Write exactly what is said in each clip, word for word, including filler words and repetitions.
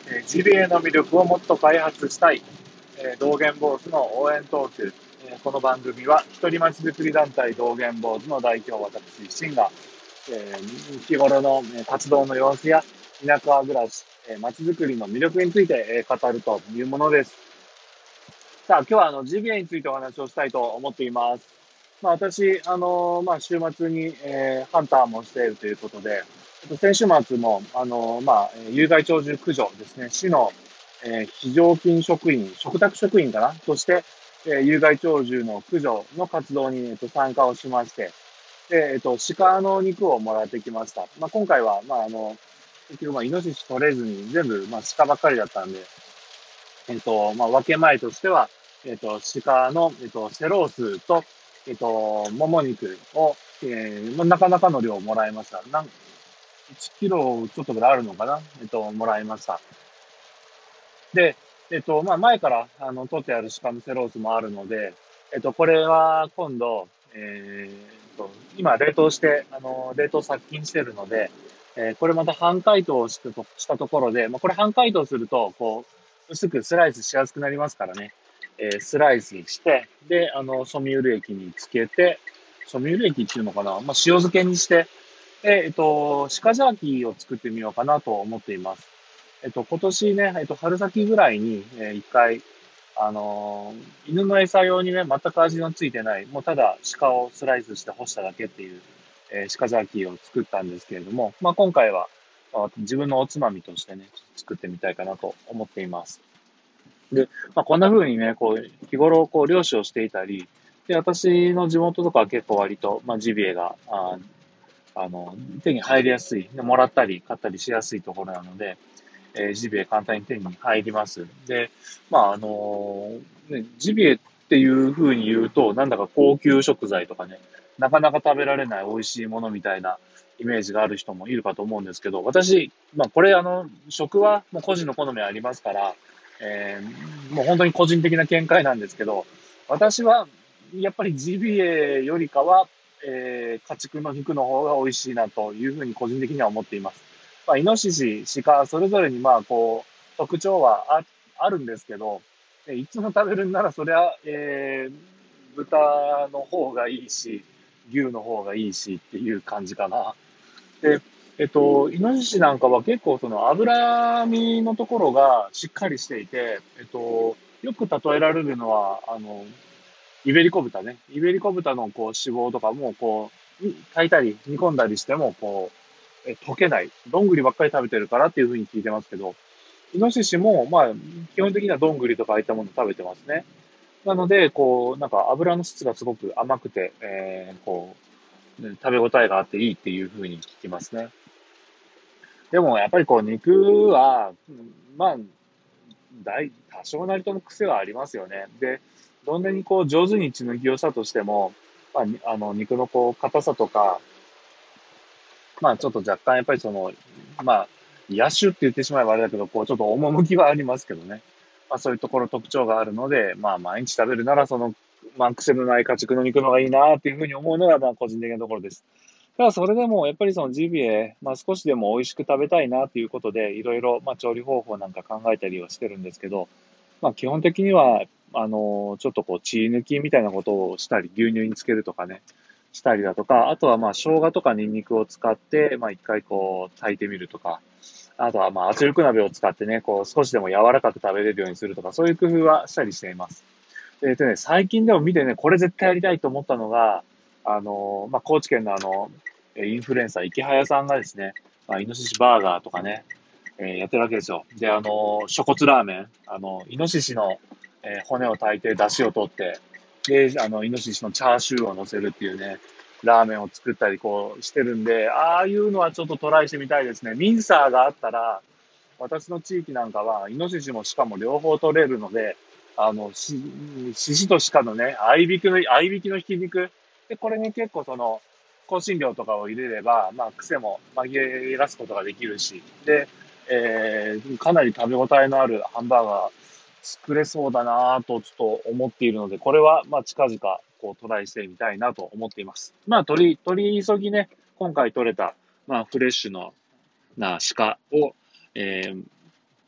えージビエの魅力をもっと開発したい、えー道元坊主の応援トーク。えーこの番組は、一人まちづくり団体道元坊主の代表、私、シンが、えー日頃のえー活動の様子や、田舎暮らし、えー、まちづくりの魅力について、えー語るというものです。さあ、今日はあの ジービーエー についてお話をしたいと思っています。まあ、私、あのまあ、週末に、えーハンターもしているということで、先週末も、あのまあ、有害鳥獣駆除ですね、市の、えー非常勤職員、嘱託職員かなとして、えー有害鳥獣の駆除の活動に、えっと、参加をしまして、で、えっと、鹿の肉をもらってきました。まあ、今回は、まあ、あの、結局、まあ、イノシシ取れずに、全部、まあ、鹿ばっかりだったんで、えっと、まあ、分け前としては、えっと、鹿の、えっと、セロースと、えっと、もも肉を、えー、まあなかなかの量もらいました。なん、いちキロちょっとぐらいあるのかなえっと、もらいました。で、えっと、まあ、前から、あの、取ってある鹿のセロースもあるので、えっと、これは今度、えーと、今、冷凍して、あの、冷凍殺菌してるので、えーこれまた半解凍してとしたところで、まあ、これ半解凍すると、こう、薄くスライスしやすくなりますからね。えースライスして、で、あの、ソミュール液につけて、ソミュール液っていうのかなまあ、塩漬けにして、で、えっと、鹿ジャーキーを作ってみようかなと思っています。えっと、今年ね、えっと、春先ぐらいに、えー一回、あのー犬の餌用にね、全く味のついてない、もうただ鹿をスライスして干しただけっていう、えー鹿ジャーキーを作ったんですけれども、まあ、今回は、まあ自分のおつまみとしてね、作ってみたいかなと思っています。で、まあ、こんな風にね、こう、日頃、こう、漁師をしていたり、で、私の地元とかは結構割と、まあ、ジビエが、あ、あの、手に入りやすい、でもらったり買ったりしやすいところなので、えージビエ簡単に手に入ります。で、まあ、あのね、ジビエっていう風に言うと、なんだか高級食材とかね、なかなか食べられない美味しいものみたいなイメージがある人もいるかと思うんですけど、私、まあ、これあの、食はもう個人の好みありますから、えーもう本当に個人的な見解なんですけど、私はやっぱりジビエよりかは、えー家畜の肉の方が美味しいなというふうに個人的には思っています。まあ、イノシシ、鹿、それぞれにまあ、こう、特徴はあ、あるんですけど、えいつも食べるんならそりゃ、えー、豚の方がいいし、牛の方がいいしっていう感じかな。で、えっと、イノシシなんかは結構その脂身のところがしっかりしていて、えっと、よく例えられるのは、あの、イベリコ豚ね。イベリコ豚のこう脂肪とかもこう、炊いたり煮込んだりしてもこう、え溶けない。どんぐりばっかり食べてるからっていうふうに聞いてますけど、イノシシもまあ、基本的にはどんぐりとかああいったもの食べてますね。なので、こう、なんか油の質がすごく甘くて、えー、こう、ね食べ応えがあっていいっていうふうに聞きますね。でもやっぱりこう肉は、うんまあ、大、多少なりとも癖はありますよね。で、どんなにこう上手に血抜きをしたとしても、まあ、にあの肉のこう硬さとか、まあちょっと若干やっぱりその、まあ、野種って言ってしまえばあれだけど、こうちょっと趣はありますけどね。まあそういうところ特徴があるので、まあ毎日食べるならその、まあ癖のない家畜の肉の方がいいなっていうふうに思うのがまあ個人的なところです。ただそれでもやっぱりそのジビエ、まあ少しでも美味しく食べたいなということで、いろいろまあ調理方法なんか考えたりはしてるんですけど、まあ基本的には、あの、ちょっとこう血抜きみたいなことをしたり、牛乳につけるとかね、したりだとか、あとはまあ生姜とかニンニクを使って、まあ一回こう炊いてみるとか、あとはまあ圧力鍋を使ってね、こう少しでも柔らかく食べれるようにするとか、そういう工夫はしたりしています。えっとね、最近でも見てね、これ絶対やりたいと思ったのが、あの、まあ高知県のあの、インフルエンサー、池早さんがですね、まあ、イノシシバーガーとかね、えーやってるわけですよ。で、あの、猪骨ラーメン、あの、イノシシの、えー骨を炊いて、出汁を取って、で、あの、イノシシのチャーシューを乗せるっていうね、ラーメンを作ったりこうしてるんで、ああいうのはちょっとトライしてみたいですね。ミンサーがあったら、私の地域なんかは、イノシシも鹿も両方取れるので、あの、し、獅子と鹿のね、合いびきの、合いびきのひき肉。で、これに結構その、香辛料とかを入れれば、まあ、癖も紛らすことができるし、で、えー、かなり食べ応えのあるハンバーガー作れそうだなぁとちょっと思っているので、これはまあ近々こうトライしてみたいなと思っています。まあ取り、取り急ぎね、今回取れた、まあフレッシュのな鹿を、えー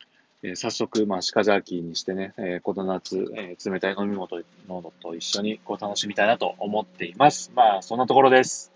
えー早速、まあ、鹿ジャーキーにしてね、えーこの夏、えー冷たい飲み物と、のと一緒にこう楽しみたいなと思っています。まあ、そんなところです。